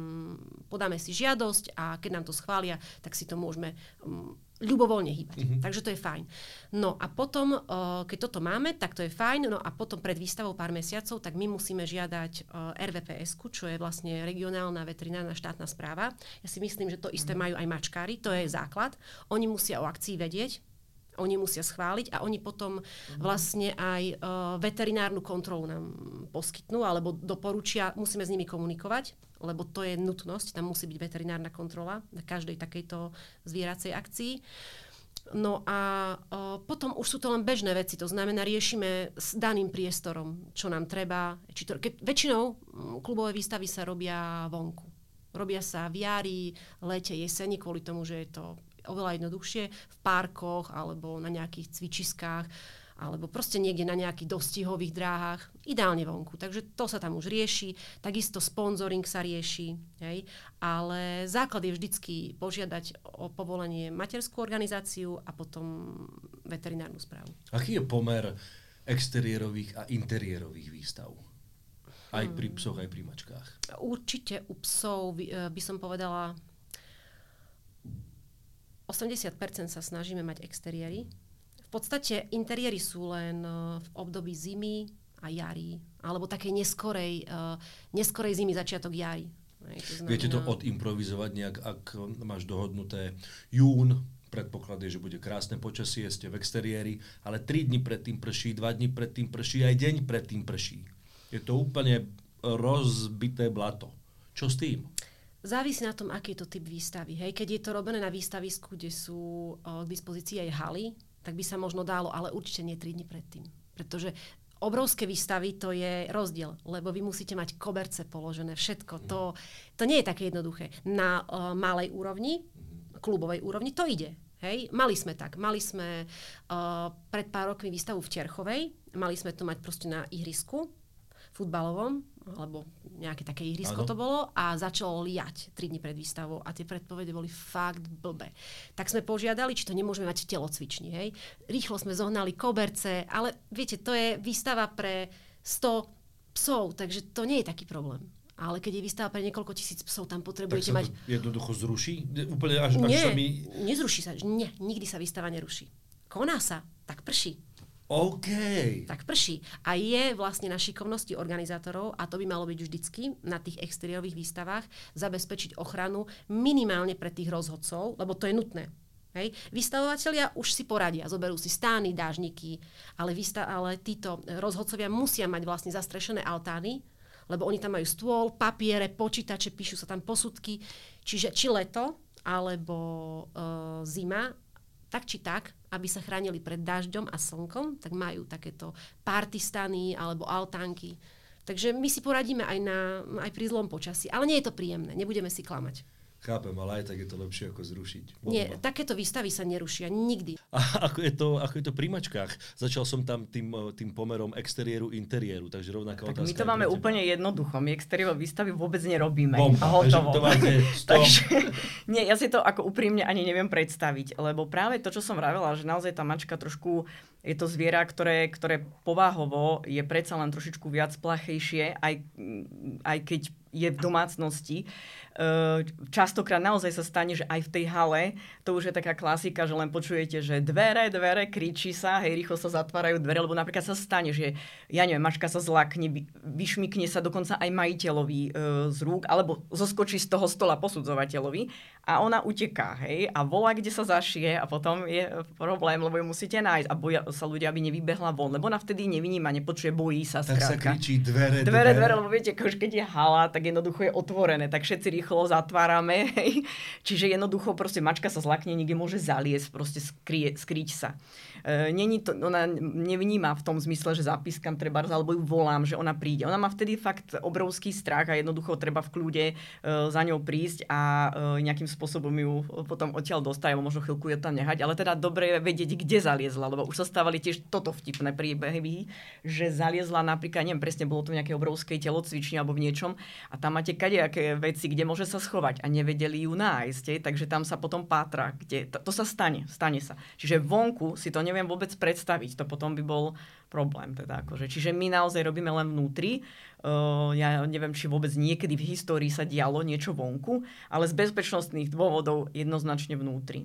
Podáme si žiadosť a keď nám to schvália, tak si to môžeme ľubovoľne hýbať. Mm-hmm. Takže to je fajn. No a potom, uh, keď toto máme, tak to je fajn. No a potom pred výstavou pár mesiacov, tak my musíme žiadať uh, er vé pé esku, čo je vlastne regionálna veterinárna štátna správa. Ja si myslím, že to isté mm-hmm. majú aj mačkári, to je základ. Oni musia o akcii vedieť. Oni musia schváliť a oni potom vlastne aj uh, veterinárnu kontrolu nám poskytnú alebo doporučia, musíme s nimi komunikovať, lebo to je nutnosť, tam musí byť veterinárna kontrola na každej takejto zvieracej akcii. No a uh, potom už sú to len bežné veci, to znamená, riešime s daným priestorom, čo nám treba. Či to, keď, väčšinou klubové výstavy sa robia vonku. Robia sa v jari, lete, jeseni, kvôli tomu, že je to oveľa jednoduchšie v parkoch alebo na nejakých cvičiskách alebo proste niekde na nejakých dostihových dráhach. Ideálne vonku. Takže to sa tam už rieši. Takisto sponzoring sa rieši. Hej. Ale základ je vždycky požiadať o povolenie materskú organizáciu a potom veterinárnu správu. Aký je pomer exteriérových a interiérových výstav? Aj pri psoch, aj pri mačkách. Určite u psov by som povedala osemdesiat percent sa snažíme mať exteriéry. V podstate interiéry sú len v období zimy a jary, alebo takej neskorej, uh, neskorej zimy, začiatok jary. To znamená... Viete to odimprovizovať nejak, ak máš dohodnuté jún, predpoklad je, že bude krásne počasie, ste v exteriéri, ale tri dni predtým prší, dva dni predtým prší, aj deň predtým prší. Je to úplne rozbité blato. Čo s tým? Závisí na tom, aký je to typ výstavy. Hej. Keď je to robené na výstavisku, kde sú o, k dispozícii aj haly, tak by sa možno dalo, ale určite nie tri dni predtým. Pretože obrovské výstavy to je rozdiel, lebo vy musíte mať koberce položené, všetko. To, to nie je také jednoduché. Na uh, malej úrovni, klubovej úrovni, to ide. Hej. Mali sme tak. Mali sme uh, pred pár rokmi výstavu v Terchovej. Mali sme to mať proste na ihrisku futbalovom, alebo nejaké také ihrisko ano. To bolo a začalo liať tri dni pred výstavou a tie predpovede boli fakt blbé. Tak sme požiadali, či to nemôžeme mať v telocvični, hej. Rýchlo sme zohnali koberce, ale viete, to je výstava pre sto psov, takže to nie je taký problém. Ale keď je výstava pre niekoľko tisíc psov, tam potrebujete mať... Tak sa to jednoducho zruší? Úplne až, až nie, sa mi... nezruší sa. Nie, nikdy sa výstava neruší. Koná sa, tak prší. OK. Tak prší. A je vlastne na šikovnosti organizátorov, a to by malo byť vždycky na tých exteriérových výstavách, zabezpečiť ochranu minimálne pre tých rozhodcov, lebo to je nutné. Hej. Vystavovatelia už si poradia, zoberú si stány, dážniky, ale, vysta- ale títo rozhodcovia musia mať vlastne zastrešené altány, lebo oni tam majú stôl, papiere, počítače, píšu sa tam posudky. Čiže či leto, alebo uh, zima, tak či tak, aby sa chránili pred dažďom a slnkom, tak majú takéto party stany alebo altánky. Takže my si poradíme aj, na, aj pri zlom počasí. Ale nie je to príjemné, nebudeme si klamať. Chápem, ale aj tak je to lepšie ako zrušiť. Bomba. Nie, takéto výstavy sa nerušia nikdy. A ako je to, ako je to pri mačkách? Začal som tam tým, tým pomerom exteriéru, interiéru, takže rovnaká tak otázka. my to máme úplne jednoducho. My exteriérové výstavy vôbec nerobíme. Bomba, a hotovo. To máte takže, nie, ja si to ako úprimne ani neviem predstaviť, lebo práve to, čo som vravela, že naozaj tá mačka trošku je to zviera, ktoré, ktoré povahovo je predsa len trošičku viac plachejšie, aj, aj keď je v domácnosti. Častokrát naozaj sa stane, že aj v tej hale, to už je taká klasika, že len počujete, že dvere, dvere, kričí sa, hej, rýchlo sa zatvárajú dvere, lebo napríklad sa stane, že ja neviem, mačka sa zlakne, vyšmykne sa dokonca aj majiteľovi e, z rúk, alebo zoskočí z toho stola posudzovateľovi a ona uteká, hej, a volá, kde sa zašije a potom je problém, lebo ju musíte nájsť a boja sa ľudia, aby nevybehla von, lebo ona vtedy nevyníma, nepočuje, bojí sa skrátka. Tak sa kričí dvere, dvere, dvere, dvere, lebo viete, keď je hala, tak jednoducho je otvorené, tak všetci rýchlo zatvárame, hej. Čiže jednoducho proste mačka sa zlakne, niekde môže zaliesť, proste skrie, skryť sa. E, není to, ona nevníma v tom zmysle, že zapískam treba, alebo ju volám, že ona príde. Ona má vtedy fakt obrovský strach a jednoducho treba v kľude e, za ňou prísť a e, nejakým spôsobom ju potom odtiaľ dostať, alebo možno chvíľku je tam nehať, ale teda dobre je vedieť, kde zaliezla, lebo už sa stávali tiež toto vtipné príbehy, že zaliezla napríklad, neviem presne, bolo to v nejakej obrovskej telocvični alebo v niečom a tam máte kadejaké veci, kde môže sa schovať a nevedeli ju nájsť, je? Takže tam sa potom pátra, kde to, to sa stane, stane sa. Čiže vonku si to neviem vôbec predstaviť, to potom by bol problém. Teda akože. Čiže my naozaj robíme len vnútri. Uh, ja neviem, či vôbec niekedy v histórii sa dialo niečo vonku, ale z bezpečnostných dôvodov jednoznačne vnútri.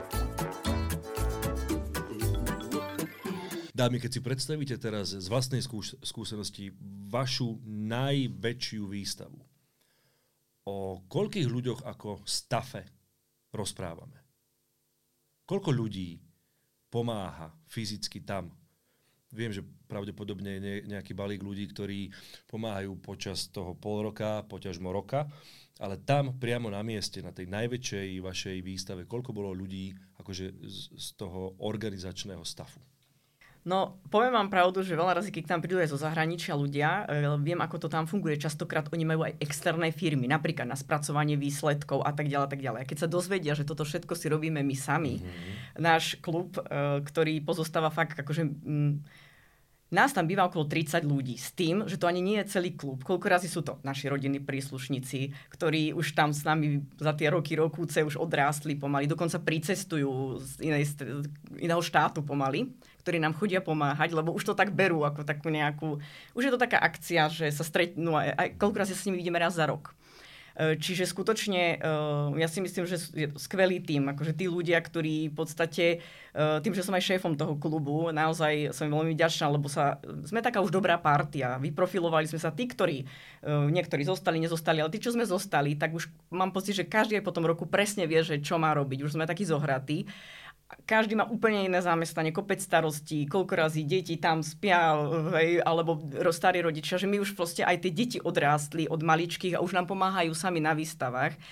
Dámy, keď si predstavíte teraz z vlastnej skúš- skúsenosti vašu najväčšiu výstavu, o koľkých ľuďoch ako stafe rozprávame? Koľko ľudí pomáha fyzicky tam. Viem, že pravdepodobne je nejaký balík ľudí, ktorí pomáhajú počas toho pol roka, poťažmo roka, ale tam priamo na mieste, na tej najväčšej vašej výstave, koľko bolo ľudí akože z, z toho organizačného stafu? No, poviem vám pravdu, že veľa razy, keď tam prídu aj zo zahraničia ľudia, e, viem, ako to tam funguje. Častokrát oni majú aj externé firmy, napríklad na spracovanie výsledkov a tak ďalej, a tak ďalej. A keď sa dozvedia, že toto všetko si robíme my sami, mm-hmm. náš klub, e, ktorý pozostáva fakt akože... Mm, nás tam býva okolo tridsať ľudí s tým, že to ani nie je celý klub. Koľko razy sú to naši rodinní príslušníci, ktorí už tam s nami za tie roky, rokúce už odrástli pomaly, dokonca pricestujú z inej, iného štátu pomaly, ktorí nám chodia pomáhať, lebo už to tak berú ako takú nejakú... Už je to taká akcia, že sa stretnú a aj koľko razy sa s nimi vidíme raz za rok. Čiže skutočne ja si myslím, že je skvelý tím. Akože tí ľudia, ktorí v podstate, tým, že som aj šéfom toho klubu, naozaj som veľmi vďačná, lebo sa, sme taká už dobrá partia. Vyprofilovali sme sa tí, ktorí, niektorí zostali, nezostali, ale tí, čo sme zostali, tak už mám pocit, že každý aj po tom roku presne vie, že čo má robiť. Už sme takí zohratí. Každý má úplne iné zamestnanie, kopec starostí, koľko razy deti tam spia, hej, alebo starí rodičia, že my už proste aj tie deti odrástli od maličkých a už nám pomáhajú sami na výstavách, e,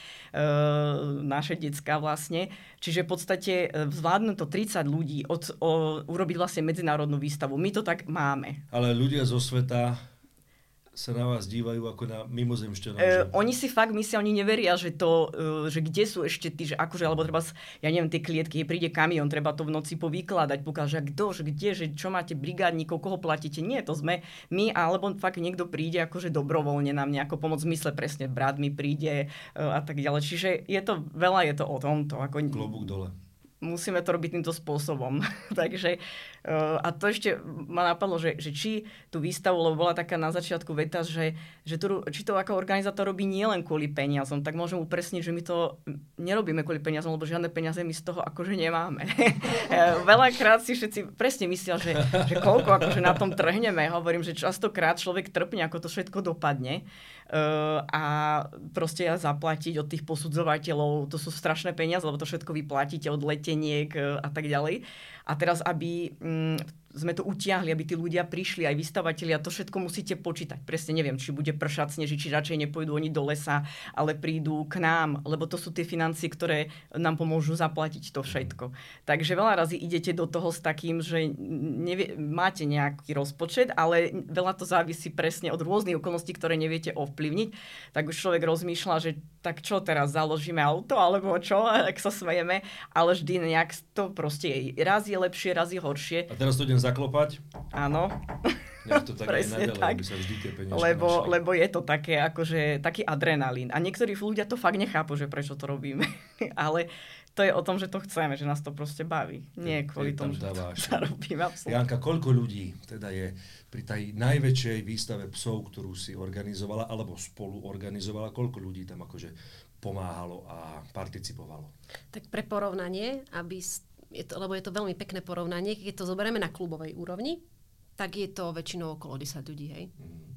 naše decká vlastne. Čiže v podstate zvládnu to tridsať ľudí od, o, urobiť vlastne medzinárodnú výstavu. My to tak máme. Ale ľudia zo sveta sa na vás dívajú ako na mimozemšťanov. Uh, oni si fakt myslia, oni neveria, že to, uh, že kde sú ešte tí, že akože, alebo treba, ja neviem, tie klietky, príde kamión, treba to v noci povykladať, pokiaľ, že kto, že kde, že čo máte brigádnikov, koho platíte. Nie, to sme my, alebo fakt niekto príde akože dobrovoľne nám nejako pomôcť, v zmysle presne, brat mi príde uh, a tak ďalej. Čiže je to, veľa je to o tomto. Ako... Klobúk dole. Musíme to robiť týmto spôsobom. Takže, uh, a to ešte ma napadlo, že, že či tú výstavu, lebo bola taká na začiatku veta, že, že to, či to ako organizátor robí nielen kvôli peniazom, tak môžem upresniť, že my to nerobíme kvôli peniazom, lebo žiadne peniaze my z toho akože nemáme. Veľakrát si všetci presne myslia, že, že koľko akože na tom trhneme. Hovorím, že častokrát človek trpne, ako to všetko dopadne. Uh, a proste ja zaplatiť od tých posudzovateľov, to sú strašné peniaze, lebo to všetko vyplatíte od leteniek uh, a tak ďalej. A teraz, aby um, sme to utiahli, aby tí ľudia prišli, aj vystavatelia, to všetko musíte počítať. Presne neviem, či bude pršať, snežiť, či radšej nepôjdu oni do lesa, ale prídu k nám, lebo to sú tie financie, ktoré nám pomôžu zaplatiť to všetko. Takže veľa razy idete do toho s takým, že nevie, máte nejaký rozpočet, ale veľa to závisí presne od rôznych okolností, ktoré neviete ovplyvniť. Tak už človek rozmýšľa, že tak čo teraz, založíme auto, alebo čo, ak sa smejeme, ale vždy nejak to proste je. Raz je lepšie, raz je horšie. A teraz to idem zaklopať? Áno. Nech to tak aj naďalej, aby sa vždy tie peniažky lebo, našli. lebo je to také, akože, taký adrenalín. A niektorí ľudia to fakt nechápu, že prečo to robíme. Ale to je o tom, že to chceme, že nás to proste baví. Nie kvôli tomu, že to zarobíme. Janka, koľko ľudí teda je pri tej najväčšej výstave psov, ktorú si organizovala, alebo spolu organizovala, koľko ľudí tam akože pomáhalo a participovalo? Tak pre porovnanie, aby... Je to, lebo je to veľmi pekné porovnanie. Keď to zoberieme na klubovej úrovni, tak je to väčšinou okolo desať ľudí, hej? Mm.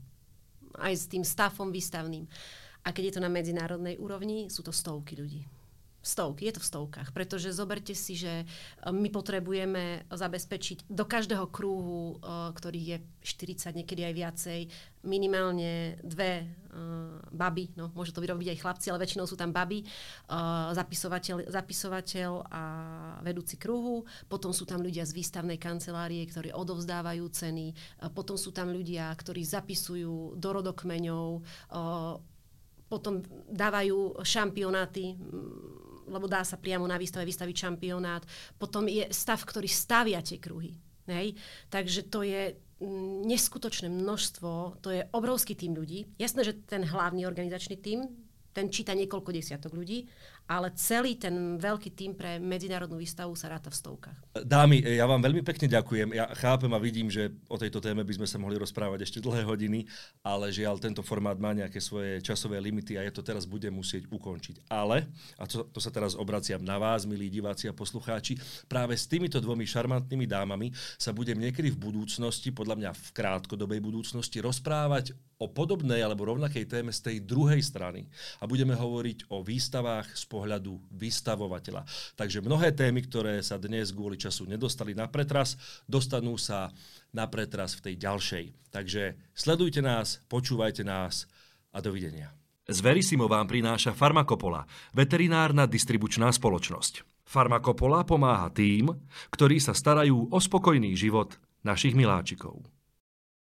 Aj s tým stafom výstavným. A keď je to na medzinárodnej úrovni, sú to stovky ľudí. Stovky, je to v stovkách. Pretože zoberte si, že my potrebujeme zabezpečiť do každého krúhu, ktorých je štyridsať, niekedy aj viacej, minimálne dve uh, baby, no môže to vyrobiť aj chlapci, ale väčšinou sú tam baby, uh, zapisovateľ, zapisovateľ a vedúci kruhu, potom sú tam ľudia z výstavnej kancelárie, ktorí odovzdávajú ceny, uh, potom sú tam ľudia, ktorí zapisujú do rodokmeňov, uh, potom dávajú šampionáty, lebo dá sa priamo na výstave vystaviť šampionát. Potom je stav, ktorý stavia tie kruhy. Hej? Takže to je neskutočné množstvo, to je obrovský tím ľudí. Jasné, že ten hlavný organizačný tím, ten číta niekoľko desiatok ľudí, ale celý ten veľký tím pre medzinárodnú výstavu sa ráta v stovkách. Dámy, ja vám veľmi pekne ďakujem. Ja chápem a vidím, že o tejto téme by sme sa mohli rozprávať ešte dlhé hodiny, ale žiaľ, tento formát má nejaké svoje časové limity a ja to teraz budem musieť ukončiť. Ale, a to, to sa teraz obraciam na vás, milí diváci a poslucháči, práve s týmito dvomi šarmantnými dámami sa budem niekedy v budúcnosti, podľa mňa v krátkodobej budúcnosti, rozprávať o podobnej alebo rovnakej téme z tej druhej strany. A budeme hovoriť o výstavách z pohľadu vystavovateľa. Takže mnohé témy, ktoré sa dnes kvôli času nedostali na pretras, dostanú sa na pretras v tej ďalšej. Takže sledujte nás, počúvajte nás a dovidenia. Z Verisimo vám prináša Farmakopola, veterinárna distribučná spoločnosť. Farmakopola pomáha tým, ktorí sa starajú o spokojný život našich miláčikov.